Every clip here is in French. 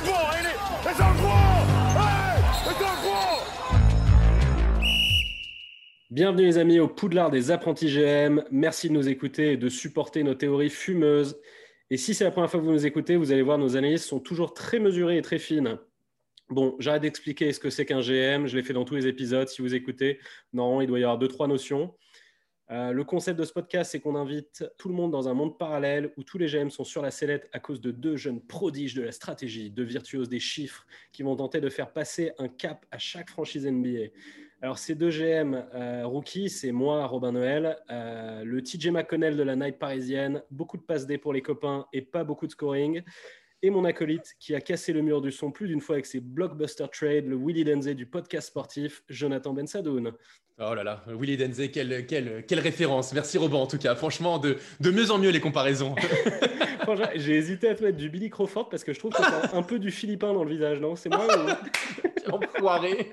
ball, ain't it? It's our ball! Hey! It's our ball! Bienvenue les amis au Poudlard des apprentis GM. Merci de nous écouter et de supporter nos théories fumeuses. Et si c'est la première fois que vous nous écoutez, vous allez voir, nos analyses sont toujours très mesurées et très fines. Bon, j'arrête d'expliquer ce que c'est qu'un GM. Je l'ai fait dans tous les épisodes. Si vous écoutez, normalement, il doit y avoir 2-3 notions. Le concept de ce podcast, c'est qu'on invite tout le monde dans un monde parallèle où tous les GM sont sur la sellette à cause de deux jeunes prodiges de la stratégie, deux virtuoses des chiffres qui vont tenter de faire passer un cap à chaque franchise NBA. Alors, ces deux GM rookies, c'est moi, Robin Noël, le TJ McConnell de la night parisienne, beaucoup de passes D pour les copains et pas beaucoup de scoring, et mon acolyte qui a cassé le mur du son plus d'une fois avec ses blockbuster trades, le Willy Denzé du podcast sportif, Jonathan Bensadoun. Oh là là, Willy Denzé, quelle référence. Merci Robin en tout cas. Franchement, de mieux en mieux les comparaisons. Franchement, j'ai hésité à te mettre du Billy Crawford parce que je trouve que t'as un peu du Philippin dans le visage, non? C'est moi ou... Enfoiré.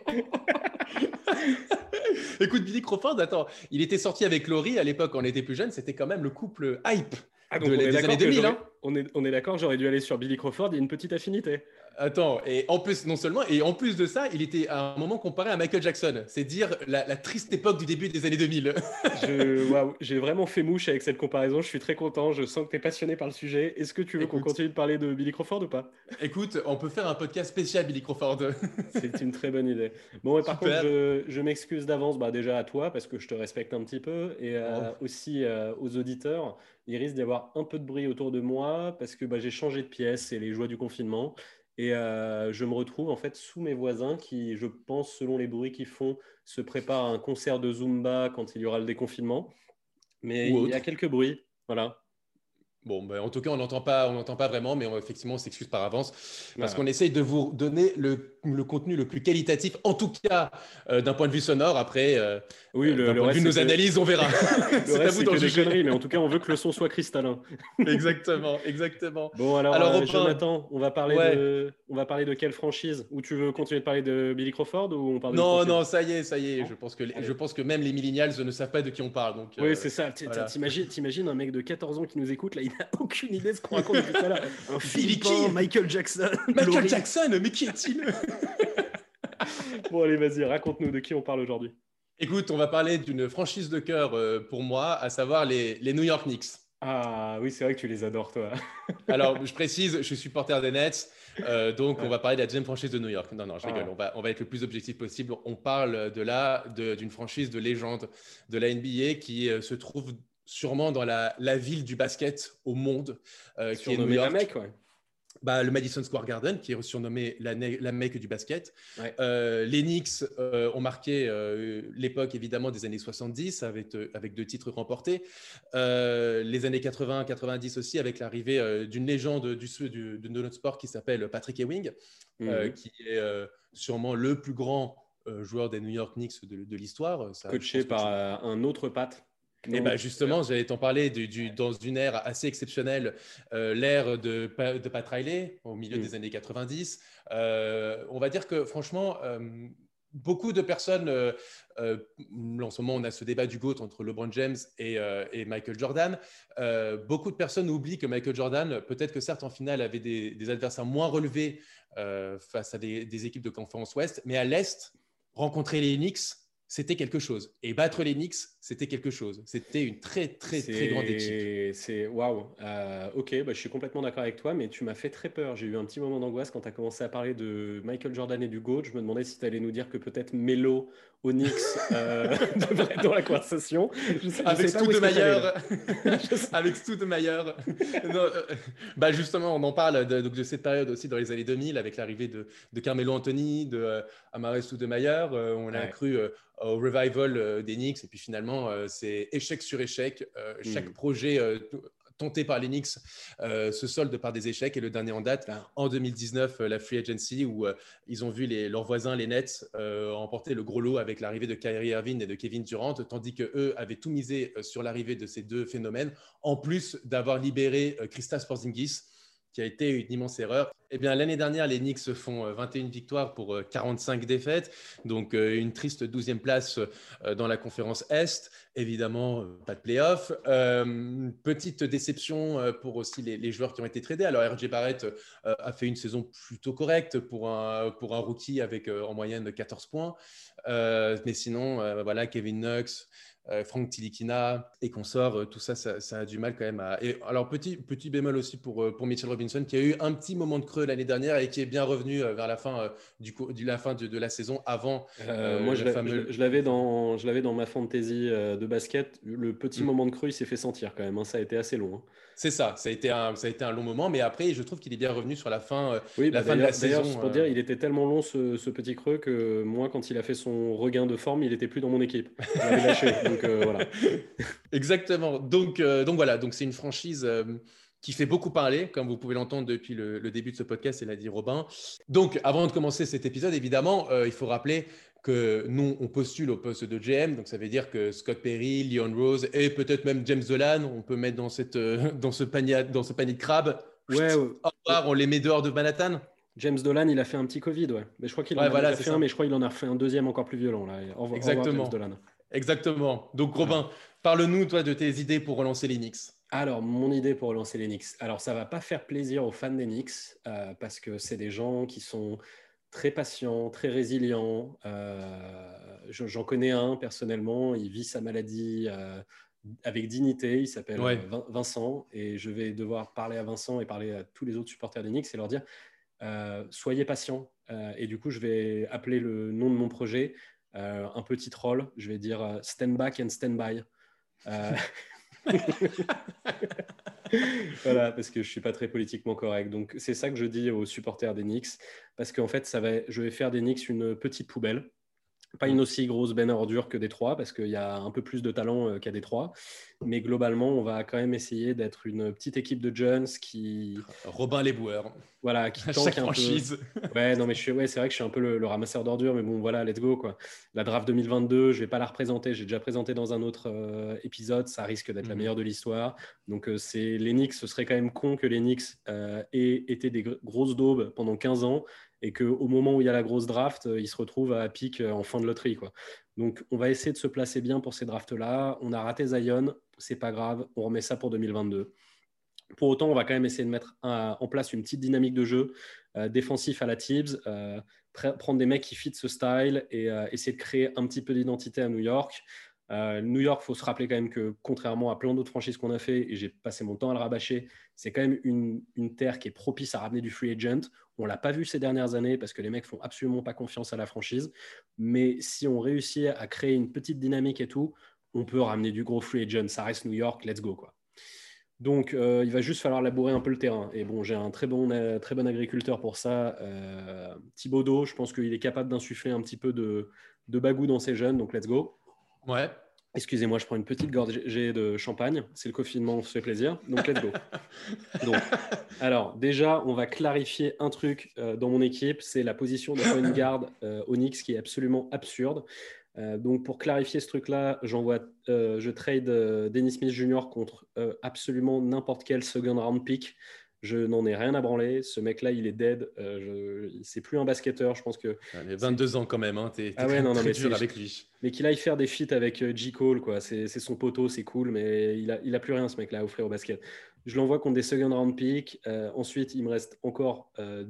Écoute, Billy Crawford, attends, il était sorti avec Laurie à l'époque quand on était plus jeune, c'était quand même le couple hype des années 2000. Hein. On est d'accord, j'aurais dû aller sur Billy Crawford, il y a une petite affinité. Attends, et en plus, non seulement, et en plus de ça, il était à un moment comparé à Michael Jackson. C'est dire la triste époque du début des années 2000. J'ai vraiment fait mouche avec cette comparaison, je suis très content, je sens que tu es passionné par le sujet. Est-ce que tu veux qu'on continue de parler de Billy Crawford ou pas? Écoute, on peut faire un podcast spécial Billy Crawford. C'est une très bonne idée. Bon, par contre, je m'excuse d'avance déjà à toi parce que je te respecte un petit peu et aussi aux auditeurs. Il risque d'y avoir un peu de bruit autour de moi parce que j'ai changé de pièce, c'est les joies du confinement. Et je me retrouve en fait sous mes voisins qui, je pense, selon les bruits qu'ils font, se préparent à un concert de Zumba quand il y aura le déconfinement. Mais il y a quelques bruits, voilà. Bon, en tout cas, on n'entend pas vraiment, mais effectivement, on s'excuse par avance parce qu'on essaye de vous donner le contenu le plus qualitatif, en tout cas d'un point de vue sonore. Après, oui, d'un point de vue de nos analyses, on verra. Le reste, c'est que des conneries, mais en tout cas, on veut que le son soit cristallin. Exactement. Bon, alors Jonathan, on va parler de quelle franchise? Ou tu veux continuer de parler de Billy Crawford ou on parle Non, ça y est. Je pense que même les millennials ne savent pas de qui on parle. Donc, oui, c'est ça. Voilà. T'imagines un mec de 14 ans qui nous écoute, là, il n'a aucune idée de ce qu'on raconte depuis tout à l'heure. Un Philippin, Michael Jackson. Michael Jackson, mais qui est-il? Bon, allez, vas-y, raconte-nous de qui on parle aujourd'hui. Écoute, on va parler d'une franchise de cœur pour moi, à savoir les New York Knicks. Ah oui, c'est vrai que tu les adores, toi. Alors, je précise, je suis supporter des Nets, donc on va parler de la deuxième franchise de New York. Non, je rigole, on va être le plus objectif possible. On parle d'une franchise de légende de la NBA qui se trouve sûrement dans la ville du basket au monde, qui est New York. La Mecque, ouais. Le Madison Square Garden, qui est surnommé la Mecque du basket. Ouais. Les Knicks ont marqué l'époque, évidemment, des années 70, avec 2 titres remportés. Les années 80-90 aussi, avec l'arrivée d'une légende de notre sport qui s'appelle Patrick Ewing, qui est sûrement le plus grand joueur des New York Knicks de l'histoire. Coaché par un autre Pat. Et justement, j'allais t'en parler dans une ère assez exceptionnelle, l'ère de Pat Riley au milieu des années 90. On va dire que franchement, beaucoup de personnes, en ce moment on a ce débat du GOAT entre LeBron James et Michael Jordan. Beaucoup de personnes oublient que Michael Jordan, peut-être que certes en finale, avait des adversaires moins relevés face à des équipes de conférence Ouest, mais à l'Est, rencontrer les Knicks, c'était quelque chose. Et battre les Knicks, c'était quelque chose. C'était une très grande équipe. C'est waouh. Ok, je suis complètement d'accord avec toi, mais tu m'as fait très peur. J'ai eu un petit moment d'angoisse quand tu as commencé à parler de Michael Jordan et du GOAT. Je me demandais si tu allais nous dire que peut-être Melo aux Knicks devrait être dans la conversation. Avec Stoudemire. Justement, on en parle de cette période aussi dans les années 2000 avec l'arrivée de Carmelo Anthony, de Amar'e Stoudemire. On a cru au revival des Knicks et puis finalement c'est échec sur échec. Chaque projet tenté par les Knicks se solde par des échecs et le dernier en date en 2019 la Free Agency où ils ont vu leurs voisins les Nets remporter le gros lot avec l'arrivée de Kyrie Irving et de Kevin Durant, tandis qu'eux avaient tout misé sur l'arrivée de ces deux phénomènes en plus d'avoir libéré Kristaps Porzingis qui a été une immense erreur. Eh bien, l'année dernière, les Knicks font 21 victoires pour 45 défaites, donc une triste 12e place dans la conférence Est. Évidemment, pas de play-off. Petite déception pour aussi les joueurs qui ont été tradés. Alors, RJ Barrett a fait une saison plutôt correcte pour un rookie avec en moyenne 14 points. Mais sinon, voilà, Kevin Knox, Frank Tilikina et consorts, tout ça, ça a du mal quand même à... Et alors, petit bémol aussi pour Mitchell Robinson, qui a eu un petit moment de creux l'année dernière et qui est bien revenu vers la fin, de la saison avant moi, je l'avais dans ma fantasy de basket. Le petit moment de creux, il s'est fait sentir quand même. Hein. Ça a été assez long. Hein. C'est ça, ça a été un long moment, mais après, je trouve qu'il est bien revenu sur la fin, oui, fin de la saison. D'ailleurs, pour dire, il était tellement long ce petit creux que moi, quand il a fait son regain de forme, il n'était plus dans mon équipe. Je l'avais lâché, donc voilà. Exactement. Donc voilà, donc c'est une franchise qui fait beaucoup parler, comme vous pouvez l'entendre depuis le début de ce podcast, et l'a dit Robin. Donc, avant de commencer cet épisode, évidemment, il faut rappeler que nous, on postule au poste de GM. Donc, ça veut dire que Scott Perry, Leon Rose et peut-être même James Dolan, on peut mettre dans ce panier de crabes. Ouais, Au revoir, on les met dehors de Manhattan. James Dolan, il a fait un petit Covid, ouais. Mais je crois qu'il en a déjà fait un, mais je crois qu'il en a refait un deuxième encore plus violent. Là. Au revoir, James Dolan. Exactement. Donc, Robin, parle-nous, toi, de tes idées pour relancer les Knicks. Alors, mon idée pour relancer les Knicks. Alors, ça ne va pas faire plaisir aux fans des Knicks parce que c'est des gens qui sont très patients, très résilients. J'en connais un personnellement, il vit sa maladie avec dignité. Il s'appelle Vincent et je vais devoir parler à Vincent et parler à tous les autres supporters des Knicks et leur dire soyez patients. Et du coup, je vais appeler le nom de mon projet un petit troll. Je vais dire stand back and stand by. Voilà, parce que je suis pas très politiquement correct. Donc c'est ça que je dis aux supporters des Knicks, parce qu'en fait, je vais faire des Knicks une petite poubelle. Pas une aussi grosse benne à ordures que Détroit, parce qu'il y a un peu plus de talent qu'à Détroit. Mais globalement, on va quand même essayer d'être une petite équipe de jeunes qui... Robin les boueurs. Voilà, qui tank un franchise. peu. Ouais, non, mais c'est vrai que je suis un peu le ramasseur d'ordures, mais bon, voilà, let's go, quoi. La draft 2022, je vais pas la représenter. J'ai déjà présenté dans un autre épisode. Ça risque d'être la meilleure de l'histoire. Donc, les Knicks, ce serait quand même con que les Knicks aient été des grosses daubes pendant 15 ans et qu'au moment où il y a la grosse draft, ils se retrouvent à pic en fin de loterie, quoi. Donc, on va essayer de se placer bien pour ces drafts-là. On a raté Zion, c'est pas grave, on remet ça pour 2022. Pour autant, on va quand même essayer de mettre en place une petite dynamique de jeu défensif à la Tibbs, prendre des mecs qui fit ce style et essayer de créer un petit peu d'identité à New York. New York, il faut se rappeler quand même que contrairement à plein d'autres franchises qu'on a fait, et j'ai passé mon temps à le rabâcher, c'est quand même une terre qui est propice à ramener du free agent. On ne l'a pas vu ces dernières années parce que les mecs font absolument pas confiance à la franchise. Mais si on réussit à créer une petite dynamique et tout, on peut ramener du gros free agent. Ça reste New York, let's go, quoi. Donc, il va juste falloir labourer un peu le terrain. Et bon, j'ai un très bon agriculteur pour ça. Thibodeau, je pense qu'il est capable d'insuffler un petit peu de bagou dans ses jeunes. Donc, let's go. Ouais. Excusez-moi, je prends une petite gorgée de champagne. C'est le confinement, on se fait plaisir. Donc, let's go. Donc, alors, déjà, on va clarifier un truc dans mon équipe. C'est la position de point guard Onyx qui est absolument absurde. Donc, pour clarifier ce truc-là, je trade Dennis Smith Jr. contre absolument n'importe quel second round pick. Je n'en ai rien à branler. Ce mec-là, il est dead. C'est plus un basketteur. Je pense que. Il a 22 ans quand même. Hein. T'es très dur avec lui. Mais qu'il aille faire des feats avec J. Cole, quoi. C'est son poteau, c'est cool, mais il a plus rien, ce mec-là, à offrir au basket. Je l'envoie contre des second round picks. Ensuite, il me reste encore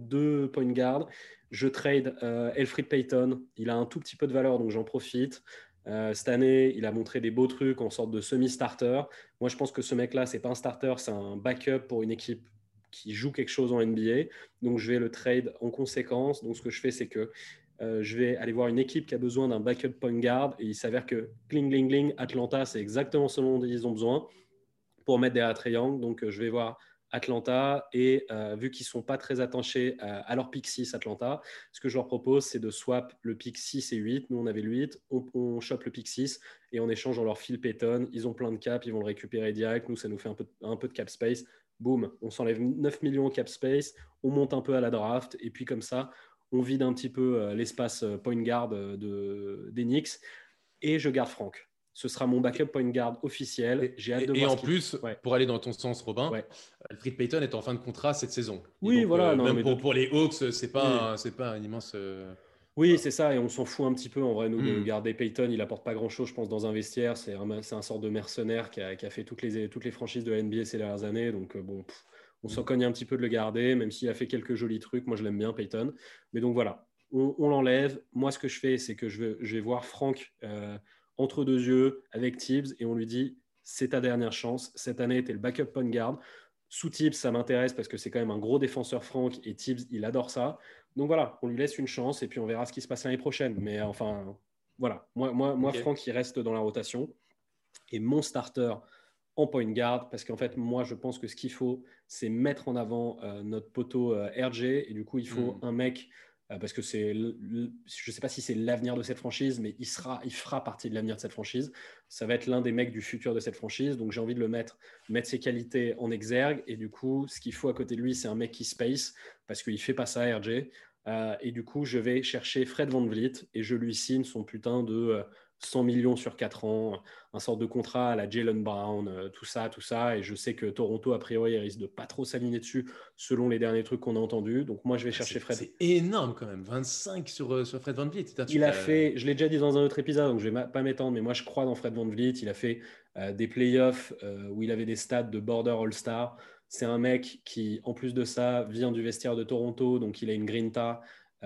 2 point guards. Je trade Elfrid Payton. Il a un tout petit peu de valeur, donc j'en profite. Cette année, il a montré des beaux trucs en sorte de semi-starter. Moi, je pense que ce mec-là, c'est pas un starter, c'est un backup pour une équipe qui joue quelque chose en NBA. Donc, je vais le trade en conséquence. Donc, ce que je fais, c'est que je vais aller voir une équipe qui a besoin d'un backup point guard. Et il s'avère que cling, cling, cling, Atlanta, c'est exactement ce dont ils ont besoin pour mettre derrière Trae Young. Donc, je vais voir Atlanta et vu qu'ils ne sont pas très attachés à leur pick 6 Atlanta, ce que je leur propose, c'est de swap le pick 6 et 8. Nous, on avait le 8. On chope le pick 6 et en échange, on leur file Payton. Ils ont plein de cap, ils vont le récupérer direct. Nous, ça nous fait un peu de cap space. Boum, on s'enlève 9 millions au cap space, on monte un peu à la draft et puis comme ça, on vide un petit peu l'espace point guard des Knicks et je garde Franck. Ce sera mon backup point guard officiel. J'ai hâte de voir en plus, ouais. pour aller dans ton sens, Robin, Ouais. Elfrid Payton est en fin de contrat cette saison. Oui, donc, voilà. Non, même mais pour les Hawks, c'est pas, oui. pas un immense. Oui, Voilà. c'est ça, et on s'en fout un petit peu en vrai, nous, de garder Payton. Il apporte pas grand-chose, je pense, dans un vestiaire. C'est un sort de mercenaire qui a fait toutes les franchises de la NBA ces dernières années. Donc, bon, on s'en cogne un petit peu de le garder, même s'il a fait quelques jolis trucs. Moi, je l'aime bien, Payton. Mais donc, voilà, on l'enlève. Moi, ce que je fais, c'est que je vais voir Franck entre deux yeux avec Tibbs et on lui dit, c'est ta dernière chance. Cette année, tu es le backup point guard. Sous Tibbs, ça m'intéresse parce que c'est quand même un gros défenseur, Franck, et Tibbs, il adore ça. Donc voilà, on lui laisse une chance et puis on verra ce qui se passe l'année prochaine. Mais enfin, voilà. Moi Ok. Franck, il reste dans la rotation. Et mon starter en point guard, parce qu'en fait, moi, je pense que ce qu'il faut, c'est mettre en avant notre poteau RG. Et du coup, il faut un mec, parce que je ne sais pas si c'est l'avenir de cette franchise, mais il fera partie de l'avenir de cette franchise. Ça va être l'un des mecs du futur de cette franchise. Donc, j'ai envie de mettre ses qualités en exergue. Et du coup, ce qu'il faut à côté de lui, c'est un mec qui space, parce qu'il ne fait pas ça, RG. Et du coup, je vais chercher Fred VanVleet et je lui signe son putain de 100 millions sur 4 ans, un sorte de contrat à la Jaylen Brown, tout ça. Et je sais que Toronto, a priori, risque de pas trop s'aligner dessus selon les derniers trucs qu'on a entendus. Donc moi, je vais chercher Fred. C'est énorme quand même, 25 sur Fred VanVleet. Il a fait, je l'ai déjà dit dans un autre épisode, donc je vais pas m'étendre, mais moi je crois dans Fred VanVleet. Il a fait des playoffs où il avait des stats de border All-Star. C'est un mec qui, en plus de ça, vient du vestiaire de Toronto, donc il a une grinta.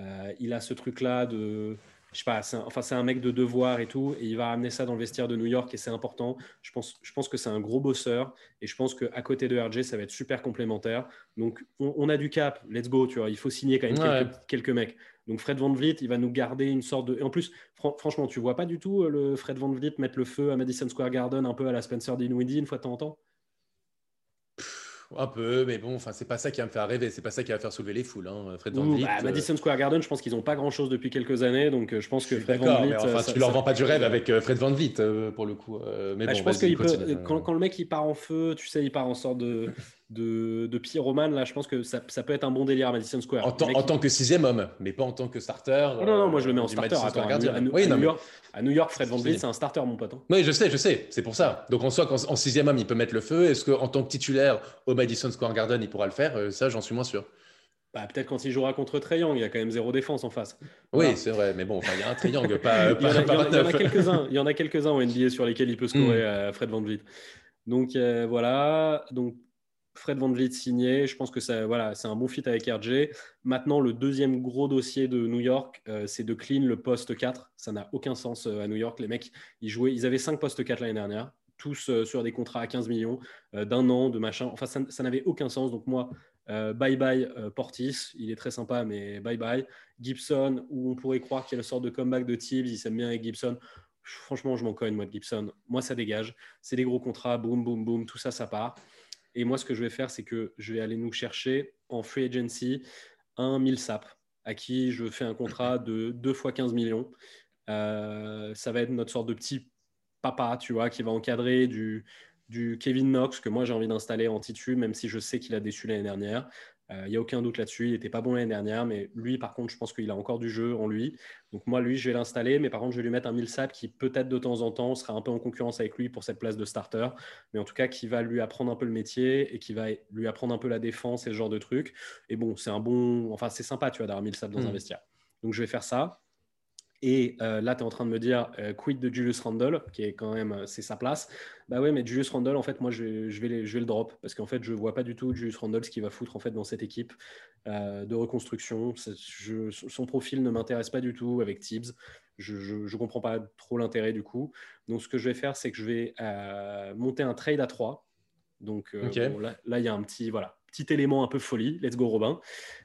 Il a ce truc-là de, je sais pas, c'est un mec de devoir et tout, et il va ramener ça dans le vestiaire de New York et c'est important. Je pense que c'est un gros bosseur et je pense qu'à côté de RJ, ça va être super complémentaire. Donc on a du cap, let's go, tu vois. Il faut signer quand même Ouais. quelques mecs. Donc Fred VanVleet, il va nous garder une sorte de. Et en plus, franchement, tu vois pas du tout le Fred VanVleet mettre le feu à Madison Square Garden un peu à la Spencer Dinwiddie une fois de temps en temps. Un peu, mais bon, enfin, c'est pas ça qui va me faire rêver, c'est pas ça qui va faire soulever les foules. Hein. Fred Ouh, VanVleet, bah, Madison Square Garden, je pense qu'ils n'ont pas grand-chose depuis quelques années, donc je je pense que suis Fred d'accord, mais VanVleet, enfin, tu leur vends pas du rêve avec Fred VanVleet pour le coup. Mais bah, bon, je pense vas-y, qu'il peut, continue. quand le mec il part en feu, tu sais, il part en sorte de pyromane, là, je pense que ça peut être un bon délire à Madison Square. Le mec, En tant que sixième homme, mais pas en tant que starter oh non, non, moi je le mets en du starter. Madison Attends, Square Garden. Oui, non, mais À New York, Fred VanVleet, c'est c'est un starter, mon pote, hein. oui, je sais, c'est pour ça. Donc en soi, en sixième homme, il peut mettre le feu. Est-ce qu'en tant que titulaire au Madison Square Garden, il pourra le faire? Ça, j'en suis moins sûr. Bah, peut-être quand il jouera contre Trae Young, il y a quand même zéro défense en face. Oui, Voilà. c'est vrai, mais bon, enfin, il y a un triangle, pas, Il y en a, pas, il y pas en a- il y en a 29. quelques-uns. Il y en a quelques-uns au NBA sur lesquels il peut scorer Fred VanVleet. Donc voilà. Donc Fred VanVleet signé. Je pense que ça, voilà, c'est un bon fit avec RJ. Maintenant, le deuxième gros dossier de New York, c'est de clean le poste 4. Ça n'a aucun sens à New York. Les mecs, ils avaient 5 postes 4 l'année dernière, tous sur des contrats à 15 millions d'un an, de machin. Enfin, ça n'avait aucun sens. Donc moi, bye bye Portis. Il est très sympa, mais bye bye. Gibson, où on pourrait croire qu'il y a le sort de comeback de Tibbs. Il s'aime bien avec Gibson. Franchement, je m'en cogne, moi, de Gibson. Moi, ça dégage. C'est des gros contrats, boum, boum, boum, tout ça, ça part. Et moi, ce que je vais faire, c'est que je vais aller nous chercher en free agency un Millsap, à qui je fais un contrat de 2 fois 15 millions. Ça va être notre sorte de petit papa, tu vois, qui va encadrer du Kevin Knox, que moi j'ai envie d'installer en titu, même si je sais qu'il a déçu l'année dernière. Il n'y a aucun doute là-dessus, il n'était pas bon l'année dernière, mais lui, par contre, je pense qu'il a encore du jeu en lui. Donc moi, lui, je vais l'installer, mais par contre, je vais lui mettre un Millsap qui, peut-être de temps en temps, sera un peu en concurrence avec lui pour cette place de starter, mais en tout cas, qui va lui apprendre un peu le métier et qui va lui apprendre un peu la défense et ce genre de trucs. Et bon, c'est sympa, tu vois, d'avoir Millsap dans un vestiaire. Donc je vais faire ça. Et là, tu es en train de me dire quid de Julius Randle, qui est quand même, c'est sa place. Bah ouais, mais Julius Randle, en fait, moi, je vais le drop parce qu'en fait, je vois pas du tout Julius Randle ce qu'il va foutre en fait dans cette équipe de reconstruction. Son profil ne m'intéresse pas du tout avec Tibbs. Je comprends pas trop l'intérêt du coup. Donc, ce que je vais faire, c'est que je vais monter un trade à 3. Donc, Ok. bon, là, il y a un petit élément un peu folie. Let's go, Robin.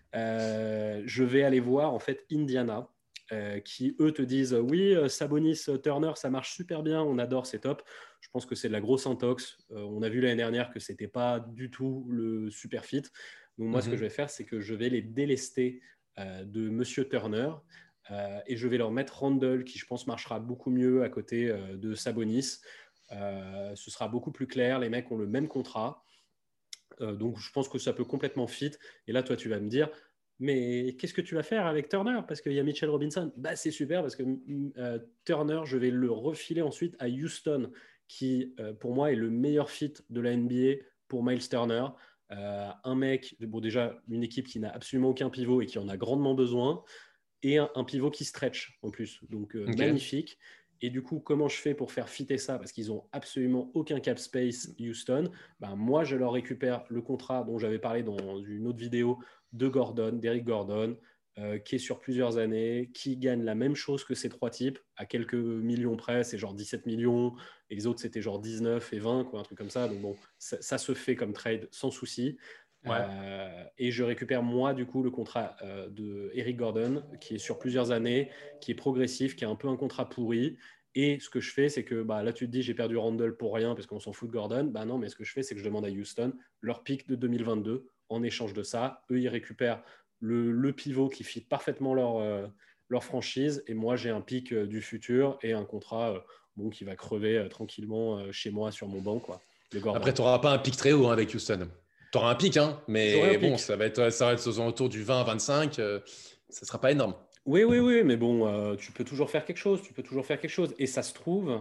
Je vais aller voir en fait Indiana. Qui eux te disent oui, Sabonis, Turner, ça marche super bien, on adore, c'est top. Je pense que c'est de la grosse intox. On a vu l'année dernière que c'était pas du tout le super fit. Donc moi, ce que je vais faire, c'est que je vais les délester de Monsieur Turner et je vais leur mettre Randle, qui je pense marchera beaucoup mieux à côté de Sabonis. Ce sera beaucoup plus clair. Les mecs ont le même contrat. Donc je pense que ça peut complètement fit. Et là, toi, tu vas me dire, mais qu'est-ce que tu vas faire avec Turner? Parce qu'il y a Mitchell Robinson. Bah, c'est super parce que Turner, je vais le refiler ensuite à Houston, qui pour moi est le meilleur fit de la NBA pour Miles Turner. Un mec, bon, déjà une équipe qui n'a absolument aucun pivot et qui en a grandement besoin, et un pivot qui stretch en plus. Donc magnifique. Et du coup, comment je fais pour faire fitter ça? Parce qu'ils n'ont absolument aucun cap space, Houston. Ben, moi, je leur récupère le contrat dont j'avais parlé dans une autre vidéo d'Eric Gordon, qui est sur plusieurs années, qui gagne la même chose que ces trois types, à quelques millions près, c'est genre 17 millions, et les autres, c'était genre 19 et 20, quoi, un truc comme ça. Donc bon, ça se fait comme trade sans souci. Ouais. Et je récupère moi du coup le contrat de Eric Gordon qui est sur plusieurs années, qui est progressif, qui est un peu un contrat pourri. Et ce que je fais, c'est que là tu te dis j'ai perdu Randle pour rien parce qu'on s'en fout de Gordon. Bah non, mais ce que je fais, c'est que je demande à Houston leur pick de 2022 en échange de ça. Eux, ils récupèrent le pivot qui fit parfaitement leur franchise. Et moi, j'ai un pick du futur et un contrat qui va crever tranquillement chez moi sur mon banc, quoi. Après, tu n'auras pas un pic très haut avec Houston. Tu auras un pic, mais un bon, pic. ça va être aux alentours du 20-25. Ça ne sera pas énorme. Oui, mais bon, tu peux toujours faire quelque chose. Et ça se trouve,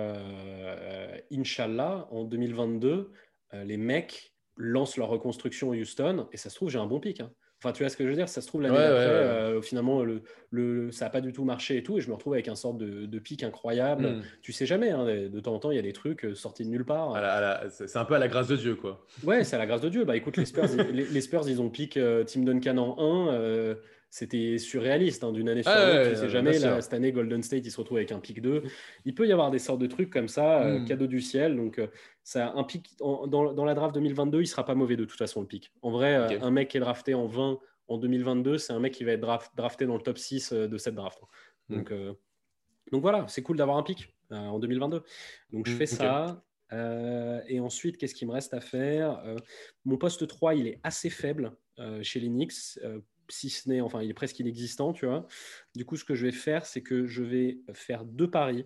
Inch'Allah, en 2022, les mecs lancent leur reconstruction à Houston, et ça se trouve, j'ai un bon pic. Hein. Enfin, tu vois ce que je veux dire? Ça se trouve, l'année d'après, finalement, ça n'a pas du tout marché et tout, et je me retrouve avec un sorte de pic incroyable. Tu sais jamais, hein, de temps en temps, il y a des trucs sortis de nulle part. C'est un peu à la grâce de Dieu, quoi. Ouais, c'est à la grâce de Dieu. Bah écoute, les Spurs, ils ont pick Tim Duncan en 1. C'était surréaliste d'une année sur l'autre. Tu sais jamais. Là, cette année, Golden State, il se retrouve avec un pick 2. Il peut y avoir des sortes de trucs comme ça, cadeau du ciel. Donc, ça, un pick dans la draft 2022, il sera pas mauvais de toute façon, le pick. En vrai, un mec qui est drafté en 20 en 2022, c'est un mec qui va être drafté dans le top 6 de cette draft. Donc voilà, c'est cool d'avoir un pick en 2022. Donc, je fais ça. Et ensuite, qu'est-ce qu'il me reste à faire? Mon poste 3, il est assez faible chez les Knicks, si ce n'est, enfin, il est presque inexistant, tu vois. Du coup, ce que je vais faire, c'est que je vais faire deux paris,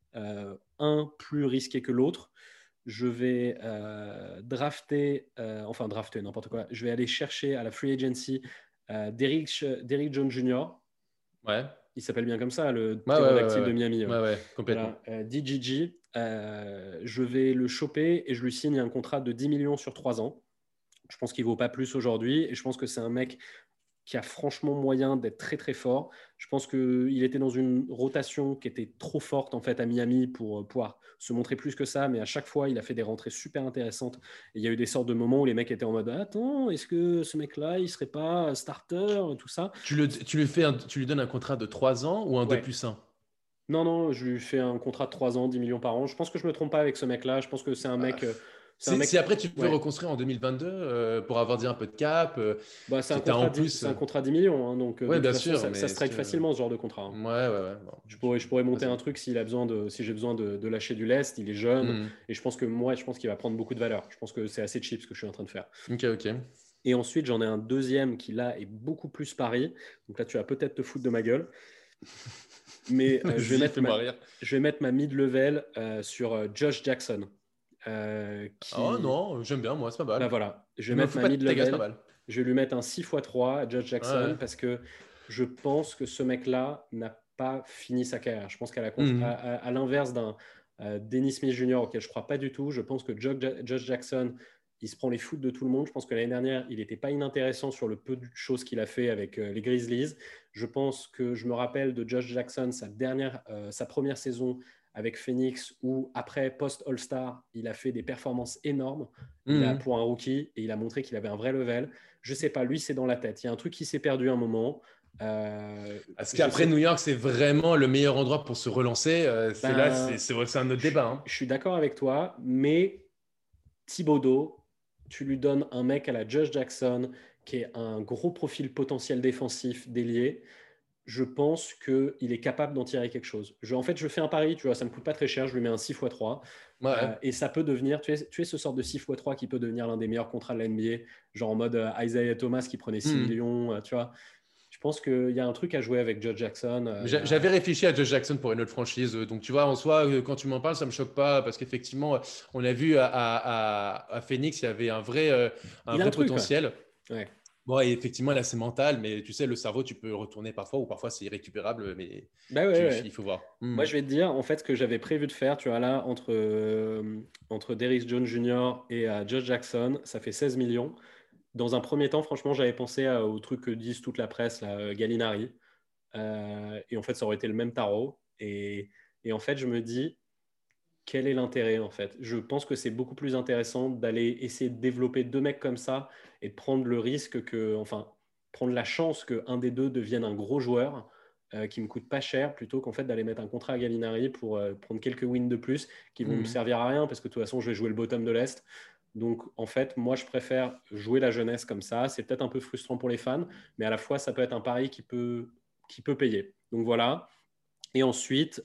un plus risqué que l'autre. Je vais drafter, n'importe quoi. Je vais aller chercher à la free agency Derrick Jones Jr. Ouais. Il s'appelle bien comme ça, le ptérodactyle de Miami. Ouais, complètement. Voilà, DGG, je vais le choper et je lui signe un contrat de 10 millions sur 3 ans. Je pense qu'il ne vaut pas plus aujourd'hui et je pense que c'est un mec qui a franchement moyen d'être très très fort. Je pense qu'il était dans une rotation qui était trop forte en fait à Miami pour pouvoir se montrer plus que ça, mais à chaque fois il a fait des rentrées super intéressantes. Et il y a eu des sortes de moments où les mecs étaient en mode attends, est-ce que ce mec-là il serait pas starter, tout ça. Tu lui donnes un contrat de 3 ans ou un 2+1? Non, je lui fais un contrat de 3 ans, 10 millions par an. Je pense que je me trompe pas avec ce mec-là. Je pense que c'est un mec. Si après tu peux reconstruire en 2022 pour avoir dit un peu de cap, c'est un contrat 10 millions. Hein, donc, bien sûr. Ça se trade facilement ce genre de contrat. Hein. Ouais. Bon, je pourrais monter un truc si j'ai besoin de lâcher du lest. Il est jeune. Et je pense qu'il va prendre beaucoup de valeur. Je pense que c'est assez cheap ce que je suis en train de faire. Ok. Et ensuite, j'en ai un deuxième qui là est beaucoup plus pari. Donc là, tu vas peut-être te foutre de ma gueule. Mais je vais mettre ma mid-level sur Josh Jackson. Oh non, j'aime bien, moi, c'est pas mal. Bah voilà, je vais mettre ma mid-level. Je vais lui mettre un 6x3 à Josh Jackson parce que je pense que ce mec-là n'a pas fini sa carrière. Je pense qu'à l'inverse d'un Dennis Smith Jr., auquel je ne crois pas du tout, je pense que Josh Jackson, il se prend les foot de tout le monde. Je pense que l'année dernière, il n'était pas inintéressant sur le peu de choses qu'il a fait avec les Grizzlies. Je pense que je me rappelle de Josh Jackson, sa première saison avec Phoenix, où après post-All-Star, il a fait des performances énormes pour un rookie et il a montré qu'il avait un vrai level. Je sais pas, lui, c'est dans la tête. Il y a un truc qui s'est perdu un moment. Parce qu'après New York, c'est vraiment le meilleur endroit pour se relancer. C'est un autre débat. Hein. Je suis d'accord avec toi, mais Thibodeau, tu lui donnes un mec à la Josh Jackson qui est un gros profil potentiel défensif d'ailier. Je pense qu'il est capable d'en tirer quelque chose. Je fais un pari, tu vois, ça ne me coûte pas très cher, je lui mets un 6x3. Et ça peut devenir, tu es ce sort de 6x3 qui peut devenir l'un des meilleurs contrats de la NBA, genre en mode Isaiah Thomas qui prenait 6 millions, tu vois. Je pense qu'il y a un truc à jouer avec Josh Jackson. J'avais réfléchi à Josh Jackson pour une autre franchise. Donc, tu vois, en soi, quand tu m'en parles, ça ne me choque pas parce qu'effectivement, on a vu à Phoenix, il y avait un vrai potentiel. Ouais. Bon, et effectivement, là, c'est mental, mais tu sais, le cerveau, tu peux retourner parfois, ou parfois c'est irrécupérable, mais Bah ouais. il faut voir. Moi, je vais te dire, en fait, ce que j'avais prévu de faire, tu vois, là, entre Derrick Jones Jr. et Josh Jackson, ça fait 16 millions. Dans un premier temps, franchement, j'avais pensé au truc que disent toute la presse, là, Gallinari. Et en fait, ça aurait été le même tarot. Et en fait, je me dis, quel est l'intérêt, en fait? Je pense que c'est beaucoup plus intéressant d'aller essayer de développer deux mecs comme ça et de prendre le risque enfin, prendre la chance qu'un des deux devienne un gros joueur qui me coûte pas cher plutôt qu'en fait d'aller mettre un contrat à Gallinari pour prendre quelques wins de plus qui vont me servir à rien parce que de toute façon, je vais jouer le bottom de l'Est. Donc, en fait, moi, je préfère jouer la jeunesse comme ça. C'est peut-être un peu frustrant pour les fans, mais à la fois, ça peut être un pari qui peut payer. Donc, voilà. Et ensuite,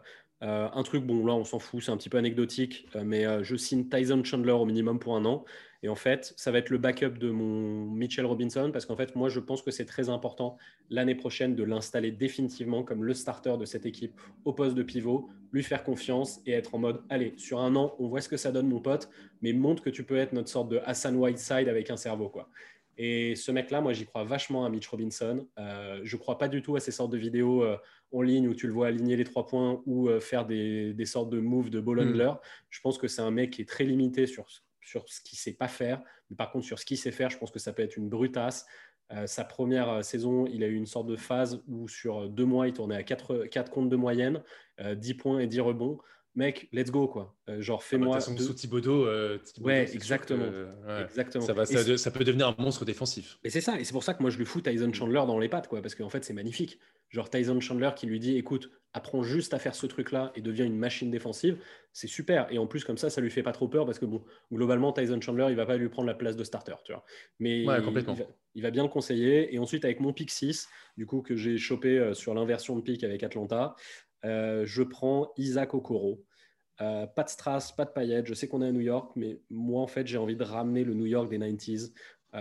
un truc, bon, là, on s'en fout, c'est un petit peu anecdotique, mais je signe Tyson Chandler au minimum pour un an. Et en fait, ça va être le backup de mon Mitchell Robinson, parce qu'en fait, moi, je pense que c'est très important l'année prochaine de l'installer définitivement comme le starter de cette équipe au poste de pivot, lui faire confiance et être en mode, allez, sur un an, on voit ce que ça donne, mon pote, mais montre que tu peux être notre sorte de Hassan Whiteside avec un cerveau, quoi. Et ce mec-là, moi, j'y crois vachement à Mitch Robinson. Je ne crois pas du tout à ces sortes de vidéos en ligne où tu le vois aligner les 3 points ou faire des sortes de moves de ball handler. Je pense que c'est un mec qui est très limité sur ce qu'il ne sait pas faire. Mais par contre, sur ce qu'il sait faire, je pense que ça peut être une brutasse. Sa première saison, il a eu une sorte de phase où sur 2 mois, il tournait à 4 comptes de moyenne, 10 points et 10 rebonds. Mec, let's go, quoi. Genre, De toute fais-moi façon, sous Thibodeau, Ouais, c'est sûr exactement. que ouais, Exactement. ça peut devenir un monstre défensif. Et c'est ça, et c'est pour ça que moi je lui fous Tyson Chandler dans les pattes, quoi, parce qu'en fait c'est magnifique. Genre Tyson Chandler qui lui dit, écoute, apprends juste à faire ce truc-là et deviens une machine défensive, c'est super. Et en plus comme ça lui fait pas trop peur parce que bon, globalement Tyson Chandler il va pas lui prendre la place de starter, tu vois. Mais Ouais, complètement. il va bien le conseiller. Et ensuite avec mon pick 6, du coup que j'ai chopé sur l'inversion de pick avec Atlanta, je prends Isaac Okoro. Pas de Strass, pas de Payet. Je sais qu'on est à New York, mais moi, en fait, j'ai envie de ramener le New York des 90s.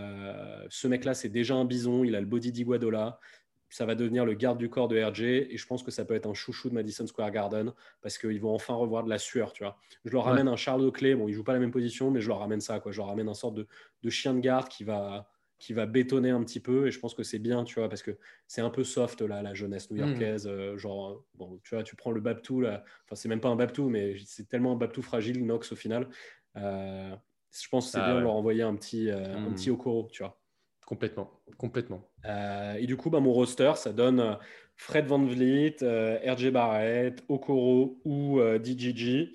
Ce mec-là, c'est déjà un bison. Il a le body d'Iguadola. Ça va devenir le garde du corps de RJ. Et je pense que ça peut être un chouchou de Madison Square Garden parce qu'ils vont enfin revoir de la sueur, tu vois. Je leur ramène un Charles Oakley. Bon, il joue pas la même position, mais je leur ramène ça, quoi. Je leur ramène un sorte de chien de garde qui va bétonner un petit peu. Et je pense que c'est bien, tu vois, parce que c'est un peu soft, là, la jeunesse new-yorkaise. Genre, bon, tu vois, tu prends le Babtou, là. Enfin, c'est même pas un Babtou, mais c'est tellement un Babtou fragile, Knox, au final. Je pense que c'est bien de leur envoyer un petit Okoro, tu vois. Complètement, complètement. Et du coup, mon roster, ça donne Fred VanVleet, RJ Barrett, Okoro ou DGG,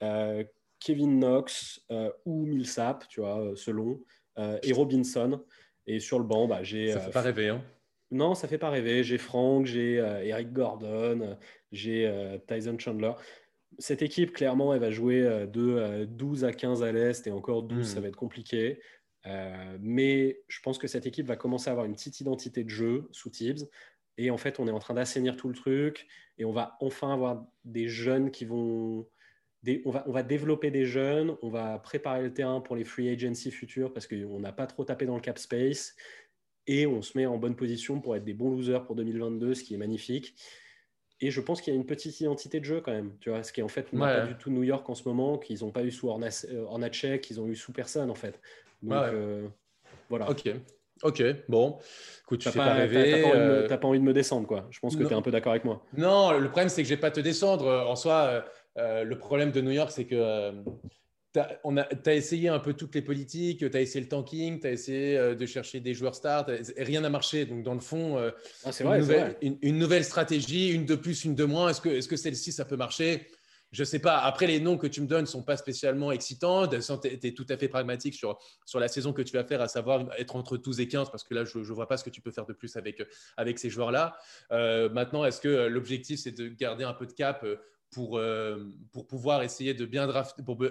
Kevin Knox ou Millsap, tu vois, selon, et Robinson. Et sur le banc, j'ai... Ça fait pas rêver, hein. Non, ça fait pas rêver. J'ai Frank, j'ai Eric Gordon, j'ai Tyson Chandler. Cette équipe, clairement, elle va jouer de 12 à 15 à l'Est et encore 12, ça va être compliqué. Mais je pense que cette équipe va commencer à avoir une petite identité de jeu sous Tibbs. Et en fait, on est en train d'assainir tout le truc et on va enfin avoir des jeunes qui vont... on va développer des jeunes, on va préparer le terrain pour les free agency futurs parce qu'on n'a pas trop tapé dans le cap space et on se met en bonne position pour être des bons losers pour 2022, ce qui est magnifique. Et je pense qu'il y a une petite identité de jeu quand même, tu vois, ce qui en fait n'a pas du tout New York en ce moment, qu'ils n'ont pas eu sous Hornacek, qu'ils ont eu sous personne en fait. Donc voilà. Ok, bon, écoute, tu fais pas T'as rêver. pas envie de me descendre, quoi. Je pense que tu es un peu d'accord avec moi. Non, le problème, c'est que je vais pas te descendre. En soi, le problème de New York, c'est que tu as essayé un peu toutes les politiques, tu as essayé le tanking, tu as essayé de chercher des joueurs stars, et rien n'a marché. Donc, dans le fond, une nouvelle stratégie, une de plus, une de moins, est-ce que celle-ci, ça peut marcher? Je ne sais pas. Après, les noms que tu me donnes ne sont pas spécialement excitants. Tu es tout à fait pragmatique sur la saison que tu vas faire, à savoir être entre 12 et 15, parce que là, je ne vois pas ce que tu peux faire de plus avec ces joueurs-là. Maintenant, est-ce que l'objectif, c'est de garder un peu de cap pour pouvoir essayer de bien drafter, pour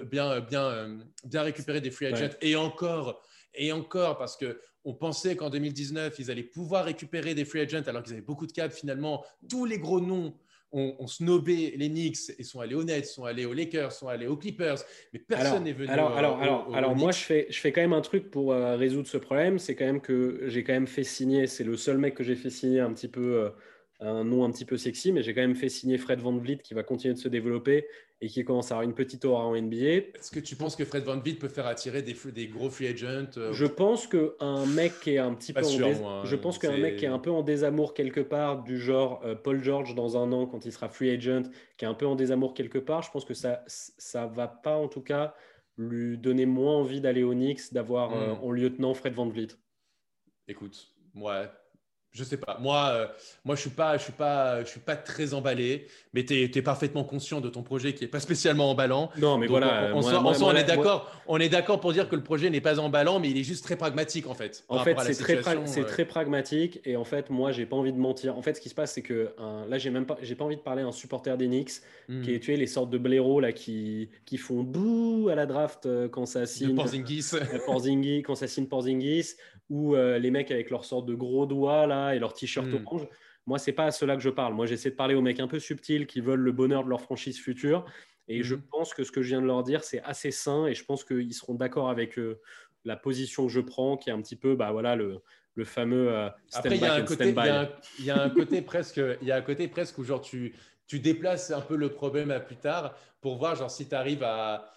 bien récupérer des free agents et encore, parce qu'on pensait qu'en 2019, ils allaient pouvoir récupérer des free agents alors qu'ils avaient beaucoup de cap. Finalement, tous les gros noms ont snobé les Knicks et sont allés aux Nets, sont allés aux Lakers, sont allés aux Clippers, mais personne n'est venu alors moi, je fais quand même un truc pour résoudre ce problème. C'est quand même que j'ai quand même fait signer, c'est le seul mec que j'ai fait signer un petit peu un nom un petit peu sexy, mais j'ai quand même fait signer Fred VanVleet qui va continuer de se développer et qui commence à avoir une petite aura en NBA. Est-ce que tu penses que Fred VanVleet peut faire attirer des gros free agents Je pense qu'un mec qui est un petit Pas peu sûr, moi. je pense qu'un mec qui est un peu en désamour quelque part, du genre Paul George dans un an quand il sera free agent, qui est un peu en désamour quelque part, je pense que ça va pas en tout cas lui donner moins envie d'aller aux Knicks, d'avoir en lieutenant Fred VanVleet. Écoute, moi, je sais pas. Moi, je suis pas très emballé. Mais tu es parfaitement conscient de ton projet qui est pas spécialement emballant. Non, mais Donc, voilà. on est d'accord. On est d'accord pour dire que le projet n'est pas emballant, mais il est juste très pragmatique en fait. En fait, c'est très pragmatique et en fait, moi, j'ai pas envie de mentir. En fait, ce qui se passe, c'est que là, j'ai pas envie de parler à un supporter des Knicks qui est, tu sais, les sortes de blaireaux là qui font bouh à la draft quand ça signe Porzingis. quand ça signe Porzingis ou les mecs avec leurs sortes de gros doigts là et leur t-shirt orange. Moi, c'est pas à ceux-là que je parle. Moi, j'essaie de parler aux mecs un peu subtils qui veulent le bonheur de leur franchise future. Et je pense que ce que je viens de leur dire, c'est assez sain et je pense qu'ils seront d'accord avec la position que je prends, qui est un petit peu voilà, le fameux Après, stand back and stand by. il y a un côté presque où genre tu déplaces un peu le problème à plus tard pour voir genre si tu arrives à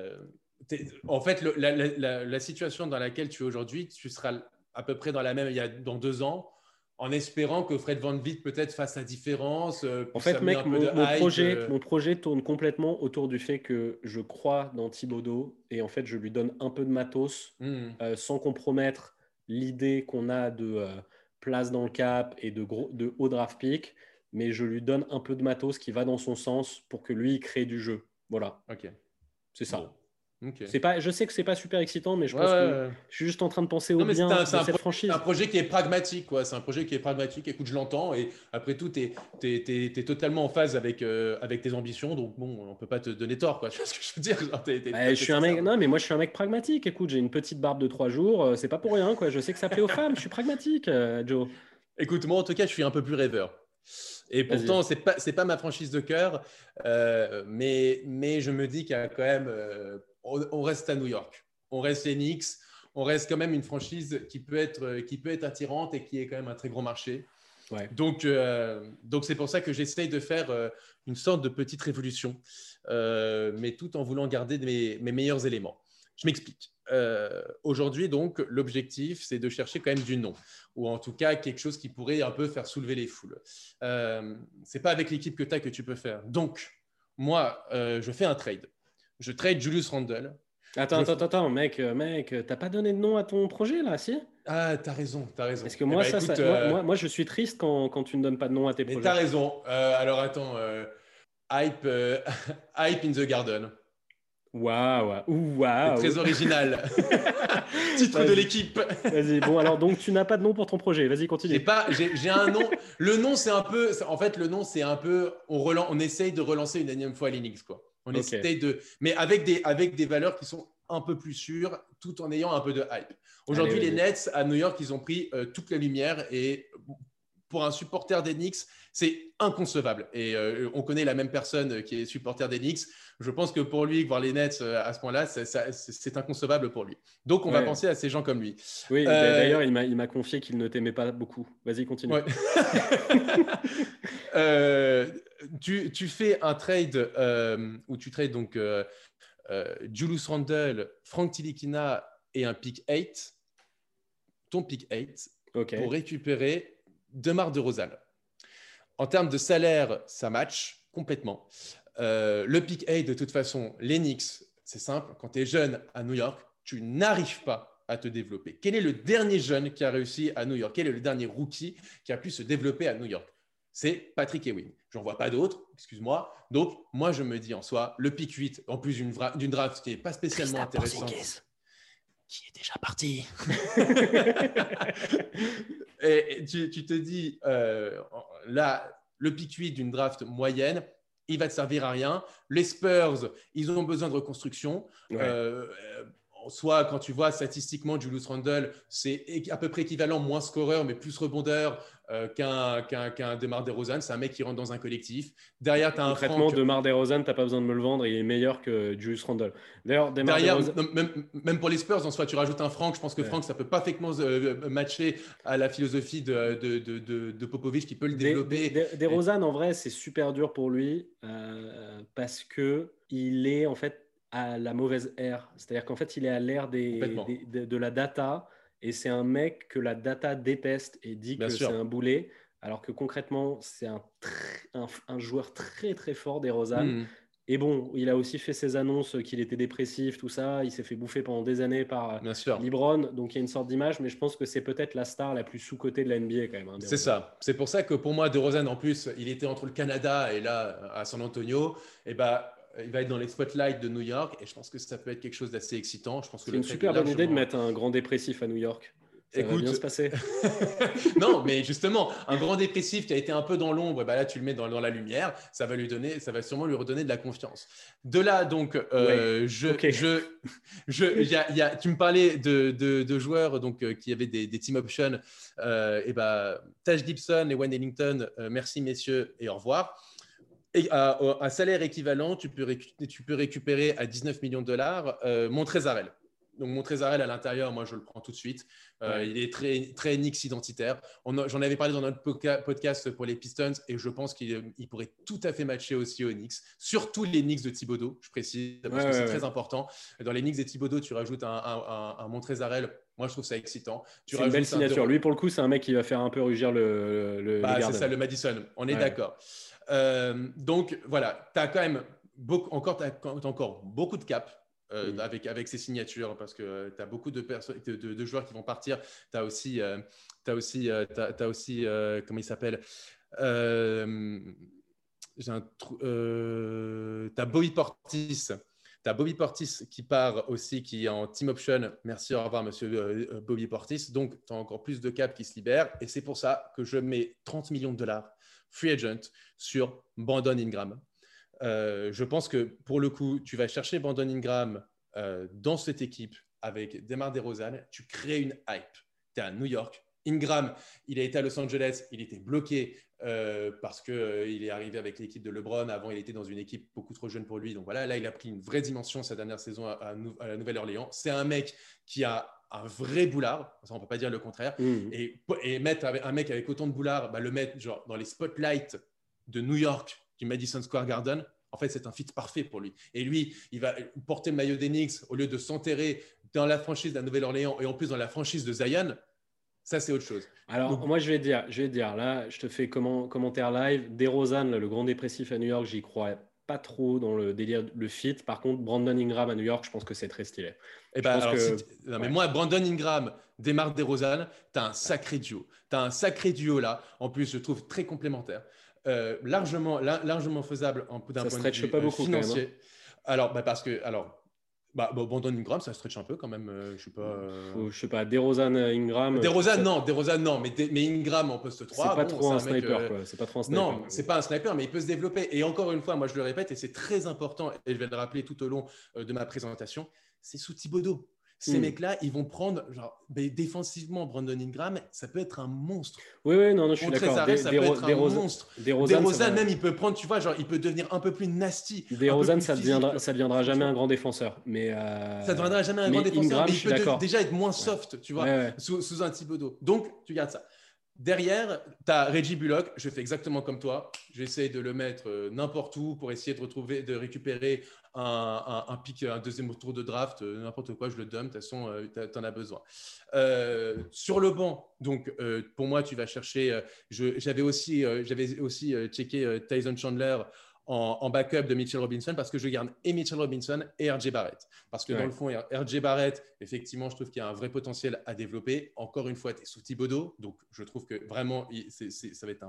en fait la situation dans laquelle tu es aujourd'hui, tu seras à peu près dans la même dans 2 ans, en espérant que Fred VanVleet peut-être fasse la différence. En fait, mec, mon projet tourne complètement autour du fait que je crois dans Thibodeau et en fait, je lui donne un peu de matos sans compromettre l'idée qu'on a de place dans le cap et de haut draft pick, mais je lui donne un peu de matos qui va dans son sens pour que lui, il crée du jeu. Voilà. Ok. C'est ça. Bon. Okay. Je sais que c'est pas super excitant, mais je pense que je suis juste en train de penser au bien de cette franchise. C'est un projet qui est pragmatique, quoi. C'est un projet qui est pragmatique. Écoute, je l'entends. Et après tout, tu es totalement en phase avec tes ambitions. Donc, bon, on peut pas te donner tort, quoi. Tu vois ce que je veux dire? Genre, je suis un mec. Non, mais moi, je suis un mec pragmatique. Écoute, j'ai une petite barbe de 3 jours. C'est pas pour rien, quoi. Je sais que ça plaît aux femmes. Je suis pragmatique, Joe. Écoute, moi, en tout cas, je suis un peu plus rêveur. Et pourtant, c'est pas ma franchise de cœur. Mais je me dis qu'il y a quand même. On reste à New York, on reste les Knicks, on reste quand même une franchise qui peut être attirante et qui est quand même un très gros marché. Ouais. Donc c'est pour ça que j'essaye de faire une sorte de petite révolution, mais tout en voulant garder mes meilleurs éléments. Je m'explique. Aujourd'hui, donc, l'objectif, c'est de chercher quand même du nom, ou en tout cas quelque chose qui pourrait un peu faire soulever les foules. C'est pas avec l'équipe que tu as que tu peux faire. Donc, moi, je fais un trade. Je trade Julius Randle. Attends, mec, t'as pas donné de nom à ton projet là, si? Ah, t'as raison. Parce que moi, moi, je suis triste quand tu ne donnes pas de nom à tes projets. Mais t'as raison. Alors attends, Hype in the Garden. Waouh. Très original. Titre de l'équipe. Vas-y, bon, alors donc tu n'as pas de nom pour ton projet. Vas-y, continue. J'ai un nom. Le nom, c'est un peu. En fait, le nom, c'est un peu. On essaye de relancer une énième fois les Knicks, quoi. On essaye mais avec des valeurs qui sont un peu plus sûres, tout en ayant un peu de hype. Aujourd'hui, les Nets à New York, ils ont pris toute la lumière et pour un supporter des Knicks, c'est inconcevable. Et on connaît la même personne qui est supporter des Knicks. Je pense que pour lui, voir les Nets à ce point-là, c'est inconcevable pour lui. Donc, on va penser à ces gens comme lui. Oui, d'ailleurs, il m'a confié qu'il ne t'aimait pas beaucoup. Vas-y, continue. Ouais. Tu fais un trade où tu trades donc Julius Randle, Frank Ntilikina et un pick 8. Ton pick 8 pour récupérer DeMar DeRozan. En termes de salaire, ça match complètement. Le pick 8, de toute façon, les Knicks, c'est simple. Quand tu es jeune à New York, tu n'arrives pas à te développer. Quel est le dernier jeune qui a réussi à New York? Quel est le dernier rookie qui a pu se développer à New York? C'est Patrick Ewing. J'en vois pas d'autres, excuse-moi. Donc, moi, je me dis en soi, le pick 8, en plus d'une draft qui n'est pas spécialement intéressante, qui est déjà parti. Et tu te dis, là, le pick 8 d'une draft moyenne, il va te servir à rien. Les Spurs, ils ont besoin de reconstruction. Ouais. soit quand tu vois statistiquement Julius Randle, c'est à peu près équivalent, moins scoreur, mais plus rebondeur qu'un DeMar DeRozan. C'est un mec qui rentre dans un collectif. Derrière, tu as un Concrètement, Franck. DeMar DeRozan, tu n'as pas besoin de me le vendre, il est meilleur que Julius Randle. D'ailleurs, DeMar Derrière, DeRozan... même pour les Spurs, en soi, tu rajoutes un Franck. Je pense que Franck, ça peut parfaitement matcher à la philosophie de Popovich qui peut le développer. DeRozan, en vrai, c'est super dur pour lui parce qu'il est en fait à la mauvaise ère. C'est-à-dire qu'en fait, il est à l'ère de la data et c'est un mec que la data déteste et dit Bien que sûr. c'est un boulet. Alors que concrètement, c'est un joueur très très fort, DeRozan. Et bon, il a aussi fait ses annonces qu'il était dépressif, tout ça. Il s'est fait bouffer pendant des années par LeBron. Donc, il y a une sorte d'image, mais je pense que c'est peut-être la star la plus sous-cotée de la NBA quand même. Hein, c'est ça. C'est pour ça que pour moi, DeRozan, en plus, il était entre le Canada et là, à San Antonio. Et bah, il va être dans les spotlights de New York. Et je pense que ça peut être quelque chose d'assez excitant. Je pense que c'est une super bonne idée de mettre un grand dépressif à New York. Ça va bien se passer. Non, mais justement, un grand dépressif qui a été un peu dans l'ombre, bah là, tu le mets dans la lumière, ça va sûrement lui redonner de la confiance. De là, donc, tu me parlais de joueurs donc, qui avaient des team options. Et bah, Taj Gibson et Wayne Ellington, merci messieurs et au revoir. Et à salaire équivalent, tu peux récupérer à 19 millions de dollars Montrezl. Donc, Montrezl à l'intérieur, moi, je le prends tout de suite. Il est très, très Knicks identitaire. J'en avais parlé dans notre podcast pour les Pistons et je pense qu'il pourrait tout à fait matcher aussi aux Knicks. Surtout les Knicks de Thibodeau, je précise, parce que c'est très important. Dans les Knicks de Thibodeau, tu rajoutes un Montrezl. Moi, je trouve ça excitant. C'est une belle signature. Lui, pour le coup, c'est un mec qui va faire un peu rugir le c'est ça, le Madison. On est d'accord. Donc, voilà, tu as quand même encore beaucoup de cap. Avec ces signatures parce que tu as beaucoup de joueurs qui vont partir. Tu as aussi, comment il s'appelle tu as Bobby Portis. Tu as Bobby Portis qui part aussi, qui est en team option. Merci, au revoir, monsieur Bobby Portis. Donc, tu as encore plus de cap qui se libèrent. Et c'est pour ça que je mets 30 millions de dollars free agent sur Brandon Ingram. Je pense que pour le coup, tu vas chercher Brandon Ingram dans cette équipe avec DeMar DeRozan. Tu crées une hype. Tu es à New York. Ingram, il a été à Los Angeles. Il était bloqué parce qu'il est arrivé avec l'équipe de LeBron. Avant, il était dans une équipe beaucoup trop jeune pour lui. Donc voilà, là, il a pris une vraie dimension sa dernière saison à la Nouvelle-Orléans. C'est un mec qui a un vrai boulard, on ne peut pas dire le contraire, et mettre un mec avec autant de boulard, le mettre genre, dans les spotlights de New York, du Madison Square Garden, en fait, c'est un fit parfait pour lui. Et lui, il va porter le maillot des Knicks au lieu de s'enterrer dans la franchise de la Nouvelle-Orléans et en plus dans la franchise de Zion. Ça, c'est autre chose. Alors, moi, je vais te dire, là, je te fais commentaire live. DeRozan, le grand dépressif à New York, j'y crois pas trop dans le délire, le fit. Par contre, Brandon Ingram à New York, je pense que c'est très stylé. Mais moi, Brandon Ingram, DeMar DeRozan, tu as un sacré duo. Tu as un sacré duo là. En plus, je trouve très complémentaire. Largement faisable d'un point de vue pas beaucoup, financier. Quand même, hein. Alors, parce que Brandon Ingram, ça stretch un peu quand même. Je sais pas, DeRozan, Ingram. DeRozan, non, mais Ingram en poste 3. C'est pas trop un sniper, quoi. C'est pas trop un sniper. Non, c'est pas un sniper, mais il peut se développer. Et encore une fois, moi je le répète, et c'est très important, et je vais le rappeler tout au long de ma présentation, c'est sous Thibodeau. Ces mecs-là, ils vont prendre, défensivement, Brandon Ingram, ça peut être un monstre. Oui, non, je suis d'accord. Ça peut être un monstre. DeRozan, même, il peut prendre, tu vois, il peut devenir un peu plus nasty. DeRozan, ça deviendra jamais un grand défenseur. Mais ça ne deviendra jamais un grand défenseur, Ingram, mais il peut déjà être moins soft, tu vois, sous un Thibodeau. Donc, tu gardes ça. Derrière, tu as Reggie Bullock. Je fais exactement comme toi. J'essaie de le mettre n'importe où pour essayer de récupérer un pick, un deuxième tour de draft, n'importe quoi, je le donne. De toute façon, tu en as besoin. Sur le banc, donc pour moi, tu vas chercher. J'avais aussi checké Tyson Chandler en backup de Mitchell Robinson parce que je garde et Mitchell Robinson et RJ Barrett. Parce que dans le fond, RJ Barrett, effectivement, je trouve qu'il y a un vrai potentiel à développer. Encore une fois, tu es sous Thibodeau, donc je trouve que vraiment, ça va être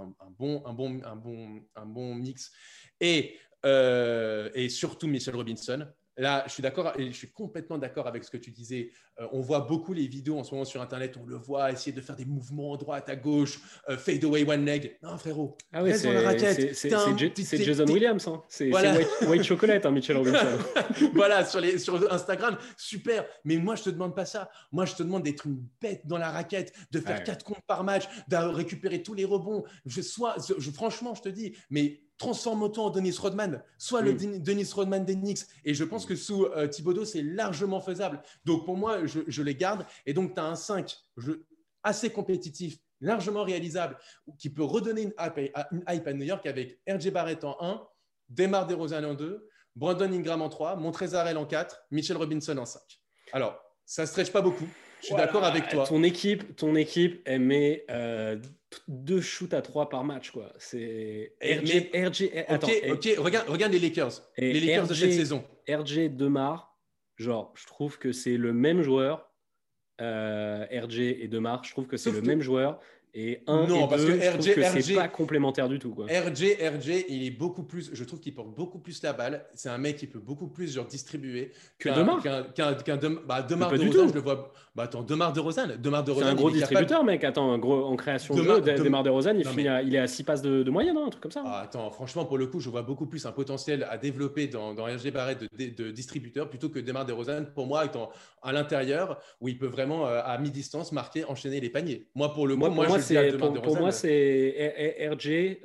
un bon mix. Et surtout Mitchell Robinson. Là, je suis d'accord et je suis complètement d'accord avec ce que tu disais. On voit beaucoup les vidéos en ce moment sur Internet. On le voit essayer de faire des mouvements à droite, à gauche, fade away one leg. Non, frérot, Ah oui, reste dans la raquette. c'est Jason Williams. Hein. C'est Voilà. White Chocolate, hein, Mitchell Robinson. Voilà, sur Instagram, super. Mais moi, je te demande pas ça. Moi, je te demande d'être une bête dans la raquette, de faire 4 comptes par match, de récupérer tous les rebonds. Franchement, je te dis, mais transforme-toi en Dennis Rodman, soit le Dennis Rodman des Knicks. Et je pense que sous Thibodeau, c'est largement faisable. Donc, pour moi, je les garde. Et donc, tu as un 5 assez compétitif, largement réalisable, qui peut redonner une hype à New York avec RJ Barrett en 1, DeMar DeRozan en 2, Brandon Ingram en 3, Montrezl Harrell en 4, Mitchell Robinson en 5. Alors, ça ne stretch pas beaucoup. Je suis d'accord avec toi. Ton équipe, elle met 2 shoots à 3 par match, quoi. C'est Ok, regarde les Lakers. Les Lakers de cette saison. RJ DeMar, genre, je trouve que c'est le même joueur. RJ et DeMar, je trouve que c'est le même joueur. Et parce que je trouve que c'est pas complémentaire du tout, quoi. RJ, il est beaucoup plus, je trouve qu'il porte beaucoup plus la balle. C'est un mec qui peut beaucoup plus distribuer que DeMar. DeMar DeRozan, je le vois. DeMar DeRozan, c'est un gros distributeur, mec. Attends, en création de jeu, DeMar DeRozan, il est à 6 passes de moyenne, un truc comme ça. Attends, franchement, pour le coup, je vois beaucoup plus un potentiel à développer dans RJ Barrett de distributeur plutôt que DeMar DeRozan, pour moi, étant à l'intérieur, où il peut vraiment, à mi-distance, marquer, enchaîner les paniers. Moi, pour le coup, pour moi, c'est RJ.